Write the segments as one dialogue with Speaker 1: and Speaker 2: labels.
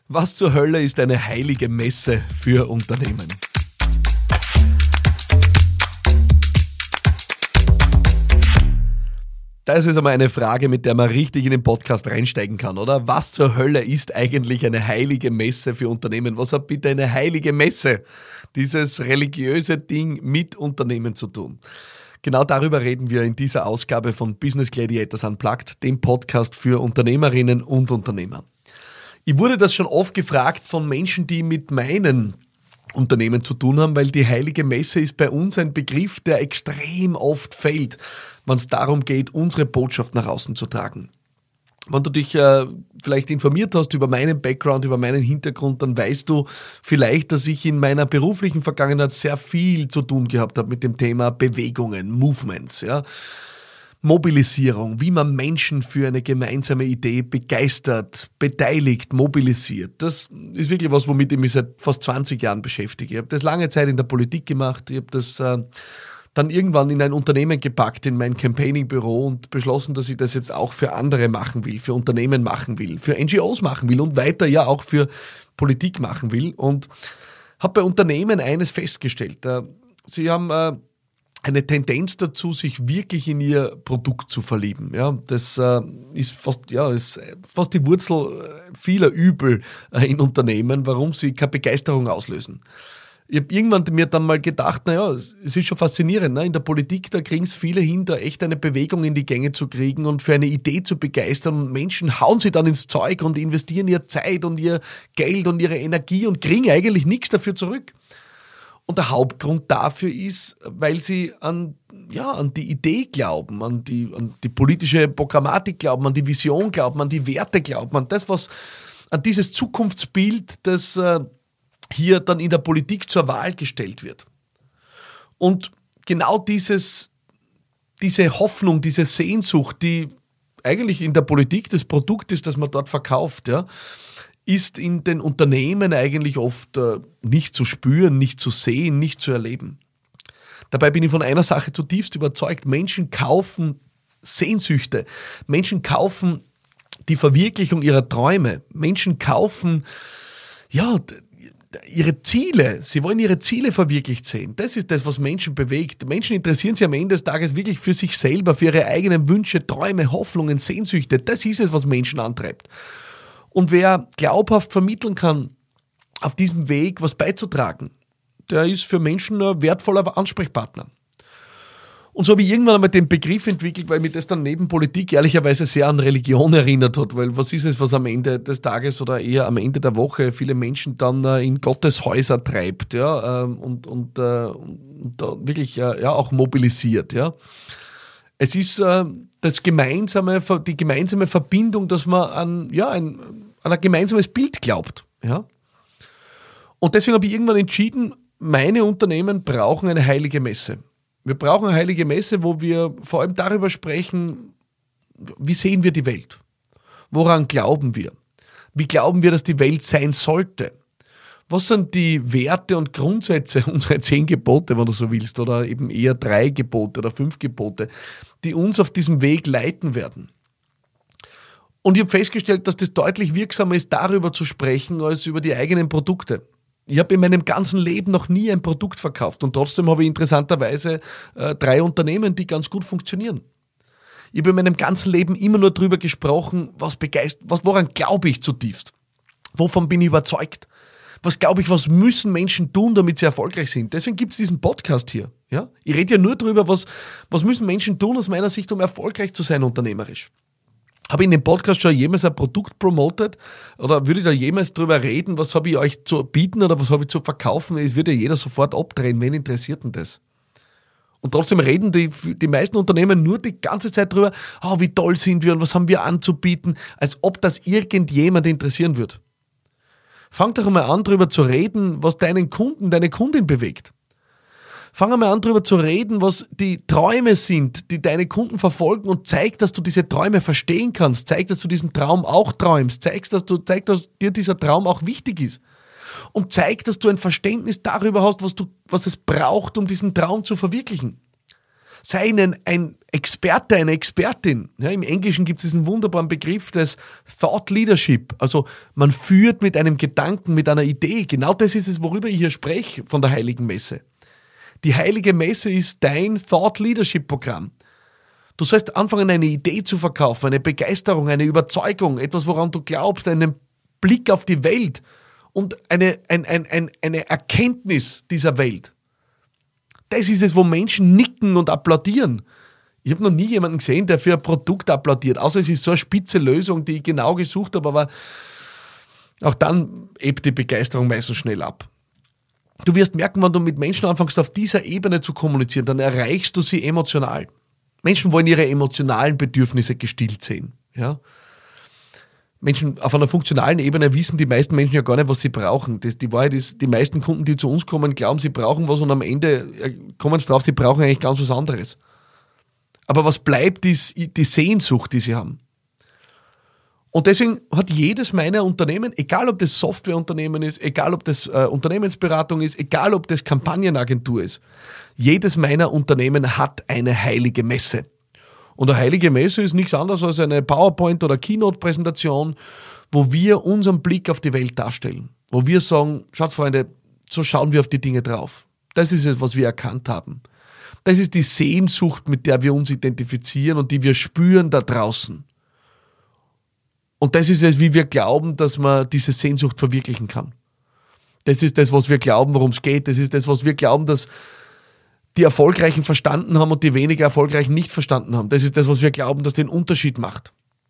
Speaker 1: Was zur Hölle ist eine heilige Messe für Unternehmen? Das ist einmal eine Frage, mit der man richtig in den Podcast reinsteigen kann, oder? Was zur Hölle ist eigentlich eine heilige Messe für Unternehmen? Was hat bitte eine heilige Messe, dieses religiöse Ding, mit Unternehmen zu tun? Genau darüber reden wir in dieser Ausgabe von Business Gladiators Unplugged, dem Podcast für Unternehmerinnen und Unternehmer. Ich wurde das schon oft gefragt von Menschen, die mit meinen Unternehmen zu tun haben, weil die heilige Messe ist bei uns ein Begriff, der extrem oft fällt, wenn es darum geht, unsere Botschaft nach außen zu tragen. Wenn du dich vielleicht informiert hast über meinen Background, über meinen Hintergrund, dann weißt du vielleicht, dass ich in meiner beruflichen Vergangenheit sehr viel zu tun gehabt habe mit dem Thema Bewegungen, Movements, ja. Mobilisierung, wie man Menschen für eine gemeinsame Idee begeistert, beteiligt, mobilisiert. Das ist wirklich was, womit ich mich seit fast 20 Jahren beschäftige. Ich habe das lange Zeit in der Politik gemacht. Ich habe das dann irgendwann in ein Unternehmen gepackt, in mein Campaigning-Büro und beschlossen, dass ich das jetzt auch für andere machen will, für Unternehmen machen will, für NGOs machen will und weiter ja auch für Politik machen will. Und habe bei Unternehmen eines festgestellt. Sie haben eine Tendenz dazu, sich wirklich in ihr Produkt zu verlieben. Ja, das ist fast die Wurzel vieler Übel in Unternehmen, warum sie keine Begeisterung auslösen. Ich habe irgendwann mir dann mal gedacht, es ist schon faszinierend, ne? In der Politik, da kriegen es viele hin, da echt eine Bewegung in die Gänge zu kriegen und für eine Idee zu begeistern. Und Menschen hauen sie dann ins Zeug und investieren ihre Zeit und ihr Geld und ihre Energie und kriegen eigentlich nichts dafür zurück. Und der Hauptgrund dafür ist, weil sie an die Idee glauben, an die politische Programmatik glauben, an die Vision glauben, an die Werte glauben, an dieses Zukunftsbild, das hier dann in der Politik zur Wahl gestellt wird. Und genau diese Hoffnung, diese Sehnsucht, die eigentlich in der Politik das Produkt ist, das man dort verkauft, ja, ist in den Unternehmen eigentlich oft nicht zu spüren, nicht zu sehen, nicht zu erleben. Dabei bin ich von einer Sache zutiefst überzeugt. Menschen kaufen Sehnsüchte. Menschen kaufen die Verwirklichung ihrer Träume. Menschen kaufen, ihre Ziele. Sie wollen ihre Ziele verwirklicht sehen. Das ist das, was Menschen bewegt. Menschen interessieren sich am Ende des Tages wirklich für sich selber, für ihre eigenen Wünsche, Träume, Hoffnungen, Sehnsüchte. Das ist es, was Menschen antreibt. Und wer glaubhaft vermitteln kann, auf diesem Weg was beizutragen, der ist für Menschen ein wertvoller Ansprechpartner. Und so habe ich irgendwann einmal den Begriff entwickelt, weil mich das dann neben Politik ehrlicherweise sehr an Religion erinnert hat, weil was ist es, was am Ende des Tages oder eher am Ende der Woche viele Menschen dann in Gotteshäuser treibt, ja, und da wirklich auch mobilisiert, ja. Es ist die gemeinsame Verbindung, dass man an ein gemeinsames Bild glaubt. Ja? Und deswegen habe ich irgendwann entschieden, meine Unternehmen brauchen eine heilige Messe. Wir brauchen eine heilige Messe, wo wir vor allem darüber sprechen, wie sehen wir die Welt? Woran glauben wir? Wie glauben wir, dass die Welt sein sollte? Was sind die Werte und Grundsätze unserer 10 Gebote, wenn du so willst, oder eben eher 3 Gebote oder 5 Gebote, die uns auf diesem Weg leiten werden? Und ich habe festgestellt, dass das deutlich wirksamer ist, darüber zu sprechen, als über die eigenen Produkte. Ich habe in meinem ganzen Leben noch nie ein Produkt verkauft und trotzdem habe ich interessanterweise 3 Unternehmen, die ganz gut funktionieren. Ich habe in meinem ganzen Leben immer nur darüber gesprochen, woran glaube ich zutiefst? Wovon bin ich überzeugt? Was glaube ich, was müssen Menschen tun, damit sie erfolgreich sind? Deswegen gibt es diesen Podcast hier. Ja? Ich rede ja nur darüber, was müssen Menschen tun aus meiner Sicht, um erfolgreich zu sein unternehmerisch. Habe ich in dem Podcast schon jemals ein Produkt promotet? Oder würde ich da jemals drüber reden, was habe ich euch zu bieten oder was habe ich zu verkaufen? Es würde ja jeder sofort abdrehen. Wen interessiert denn das? Und trotzdem reden die meisten Unternehmen nur die ganze Zeit drüber, wie toll sind wir und was haben wir anzubieten, als ob das irgendjemand interessieren würde. Fang doch einmal an, darüber zu reden, was deinen Kunden, deine Kundin bewegt. Fang einmal an, darüber zu reden, was die Träume sind, die deine Kunden verfolgen und zeig, dass du diese Träume verstehen kannst. Zeig, dass du diesen Traum auch träumst. Zeig, dass dir dieser Traum auch wichtig ist. Und zeig, dass du ein Verständnis darüber hast, was es braucht, um diesen Traum zu verwirklichen. Sei ein Experte, eine Expertin. Ja, im Englischen gibt es diesen wunderbaren Begriff des Thought Leadership. Also man führt mit einem Gedanken, mit einer Idee. Genau das ist es, worüber ich hier spreche von der Heiligen Messe. Die Heilige Messe ist dein Thought Leadership Programm. Du sollst anfangen, eine Idee zu verkaufen, eine Begeisterung, eine Überzeugung, etwas, woran du glaubst, einen Blick auf die Welt und eine Erkenntnis dieser Welt. Das ist es, wo Menschen nicken und applaudieren. Ich habe noch nie jemanden gesehen, der für ein Produkt applaudiert, außer es ist so eine spitze Lösung, die ich genau gesucht habe, aber auch dann ebbt die Begeisterung meistens schnell ab. Du wirst merken, wenn du mit Menschen anfängst, auf dieser Ebene zu kommunizieren, dann erreichst du sie emotional. Menschen wollen ihre emotionalen Bedürfnisse gestillt sehen. Ja? Menschen auf einer funktionalen Ebene wissen die meisten Menschen ja gar nicht, was sie brauchen. Die Wahrheit ist, die meisten Kunden, die zu uns kommen, glauben, sie brauchen was und am Ende kommen sie drauf, sie brauchen eigentlich ganz was anderes. Aber was bleibt, ist die Sehnsucht, die sie haben. Und deswegen hat jedes meiner Unternehmen, egal ob das Softwareunternehmen ist, egal ob das Unternehmensberatung ist, egal ob das Kampagnenagentur ist, jedes meiner Unternehmen hat eine heilige Messe. Und eine heilige Messe ist nichts anderes als eine PowerPoint- oder Keynote-Präsentation, wo wir unseren Blick auf die Welt darstellen. Wo wir sagen, schaut Freunde, so schauen wir auf die Dinge drauf. Das ist es, was wir erkannt haben. Das ist die Sehnsucht, mit der wir uns identifizieren und die wir spüren da draußen. Und das ist es, wie wir glauben, dass man diese Sehnsucht verwirklichen kann. Das ist das, was wir glauben, worum es geht. Das ist das, was wir glauben, dass die Erfolgreichen verstanden haben und die weniger Erfolgreichen nicht verstanden haben. Das ist das, was wir glauben, dass den Unterschied macht.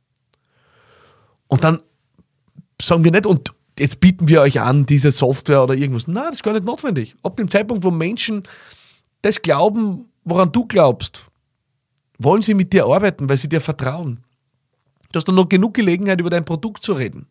Speaker 1: Und dann sagen wir nicht, und jetzt bieten wir euch an, diese Software oder irgendwas. Nein, das ist gar nicht notwendig. Ab dem Zeitpunkt, wo Menschen das glauben, woran du glaubst, wollen sie mit dir arbeiten, weil sie dir vertrauen. Du hast dann noch genug Gelegenheit, über dein Produkt zu reden.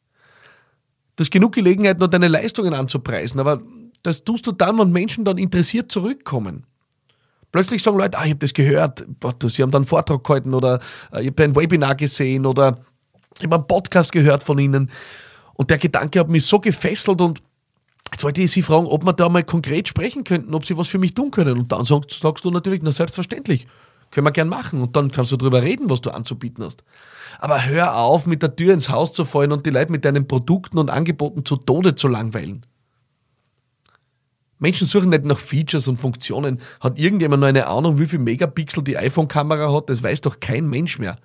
Speaker 1: Du hast genug Gelegenheit, noch deine Leistungen anzupreisen, aber das tust du dann, wenn Menschen dann interessiert zurückkommen. Plötzlich sagen Leute, ich habe das gehört, sie haben dann einen Vortrag gehalten oder ich habe ein Webinar gesehen oder ich habe einen Podcast gehört von ihnen und der Gedanke hat mich so gefesselt und jetzt wollte ich Sie fragen, ob wir da mal konkret sprechen könnten, ob Sie was für mich tun können. Und dann sagst du natürlich, na selbstverständlich, können wir gern machen und dann kannst du darüber reden, was du anzubieten hast. Aber hör auf, mit der Tür ins Haus zu fallen und die Leute mit deinen Produkten und Angeboten zu Tode zu langweilen. Menschen suchen nicht nach Features und Funktionen. Hat irgendjemand noch eine Ahnung, wie viel Megapixel die iPhone-Kamera hat? Das weiß doch kein Mensch mehr.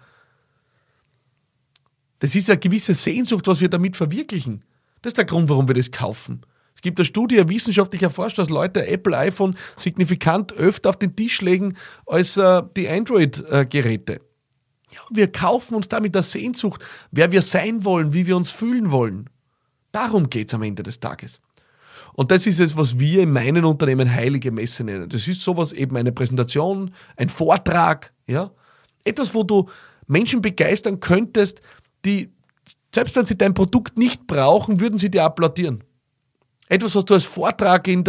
Speaker 1: Das ist eine gewisse Sehnsucht, was wir damit verwirklichen. Das ist der Grund, warum wir das kaufen. Es gibt eine Studie, wissenschaftlich erforscht, dass Leute Apple iPhone signifikant öfter auf den Tisch legen als die Android-Geräte. Ja, wir kaufen uns damit der Sehnsucht, wer wir sein wollen, wie wir uns fühlen wollen. Darum geht es am Ende des Tages. Und das ist es, was wir in meinen Unternehmen heilige Messe nennen. Das ist sowas eben eine Präsentation, ein Vortrag, ja. Etwas, wo du Menschen begeistern könntest, die, selbst wenn sie dein Produkt nicht brauchen, würden sie dir applaudieren. Etwas, was du als Vortrag in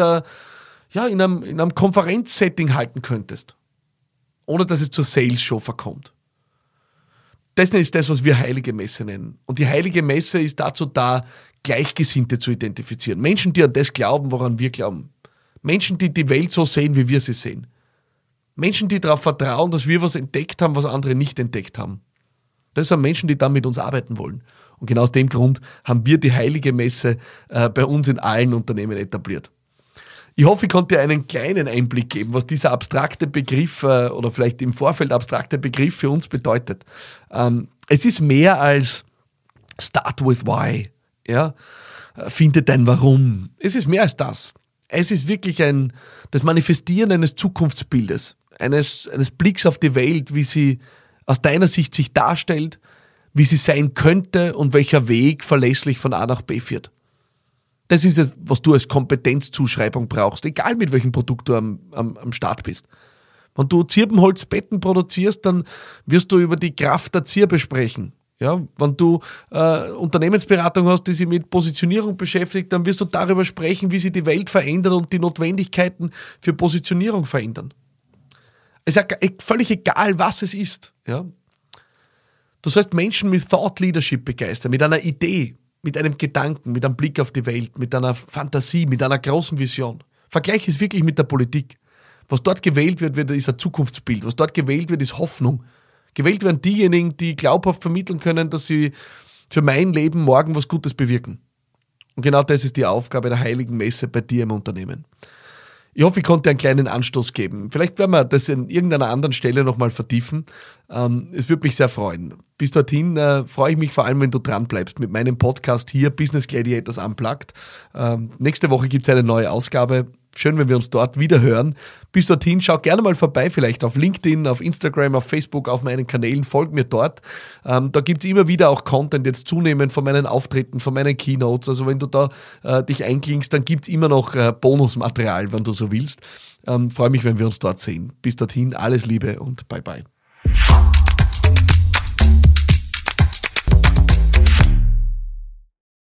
Speaker 1: einem Konferenzsetting halten könntest. Ohne dass es zur Sales-Show verkommt. Das ist das, was wir heilige Messe nennen. Und die heilige Messe ist dazu da, Gleichgesinnte zu identifizieren. Menschen, die an das glauben, woran wir glauben. Menschen, die die Welt so sehen, wie wir sie sehen. Menschen, die darauf vertrauen, dass wir was entdeckt haben, was andere nicht entdeckt haben. Das sind Menschen, die dann mit uns arbeiten wollen. Und genau aus dem Grund haben wir die heilige Messe bei uns in allen Unternehmen etabliert. Ich hoffe, ich konnte dir einen kleinen Einblick geben, was dieser abstrakte Begriff oder vielleicht im Vorfeld abstrakte Begriff für uns bedeutet. Es ist mehr als Start with Why. Ja? Finde dein Warum. Es ist mehr als das. Es ist wirklich das Manifestieren eines Zukunftsbildes, eines Blicks auf die Welt, wie sie aus deiner Sicht sich darstellt, wie sie sein könnte und welcher Weg verlässlich von A nach B führt. Das ist es, was du als Kompetenzzuschreibung brauchst, egal mit welchem Produkt du am Start bist. Wenn du Zirbenholzbetten produzierst, dann wirst du über die Kraft der Zirbe sprechen. Ja, wenn du Unternehmensberatung hast, die sich mit Positionierung beschäftigt, dann wirst du darüber sprechen, wie sich die Welt verändert und die Notwendigkeiten für Positionierung verändern. Es ist völlig egal, was es ist. Ja? Du sollst Menschen mit Thought Leadership begeistern, mit einer Idee, mit einem Gedanken, mit einem Blick auf die Welt, mit einer Fantasie, mit einer großen Vision. Vergleich es wirklich mit der Politik. Was dort gewählt wird, ist ein Zukunftsbild. Was dort gewählt wird, ist Hoffnung. Gewählt werden diejenigen, die glaubhaft vermitteln können, dass sie für mein Leben morgen was Gutes bewirken. Und genau das ist die Aufgabe der Heiligen Messe bei dir im Unternehmen. Ich hoffe, ich konnte einen kleinen Anstoß geben. Vielleicht werden wir das an irgendeiner anderen Stelle nochmal vertiefen. Es würde mich sehr freuen. Bis dorthin freue ich mich vor allem, wenn du dran bleibst mit meinem Podcast hier, Business Gladiators Unplugged. Nächste Woche gibt es eine neue Ausgabe. Schön, wenn wir uns dort wieder hören. Bis dorthin, schau gerne mal vorbei, vielleicht auf LinkedIn, auf Instagram, auf Facebook, auf meinen Kanälen, folg mir dort. Da gibt es immer wieder auch Content, jetzt zunehmend von meinen Auftritten, von meinen Keynotes. Also wenn du da dich einklingst, dann gibt es immer noch Bonusmaterial, wenn du so willst. Freue mich, wenn wir uns dort sehen. Bis dorthin, alles Liebe und bye bye.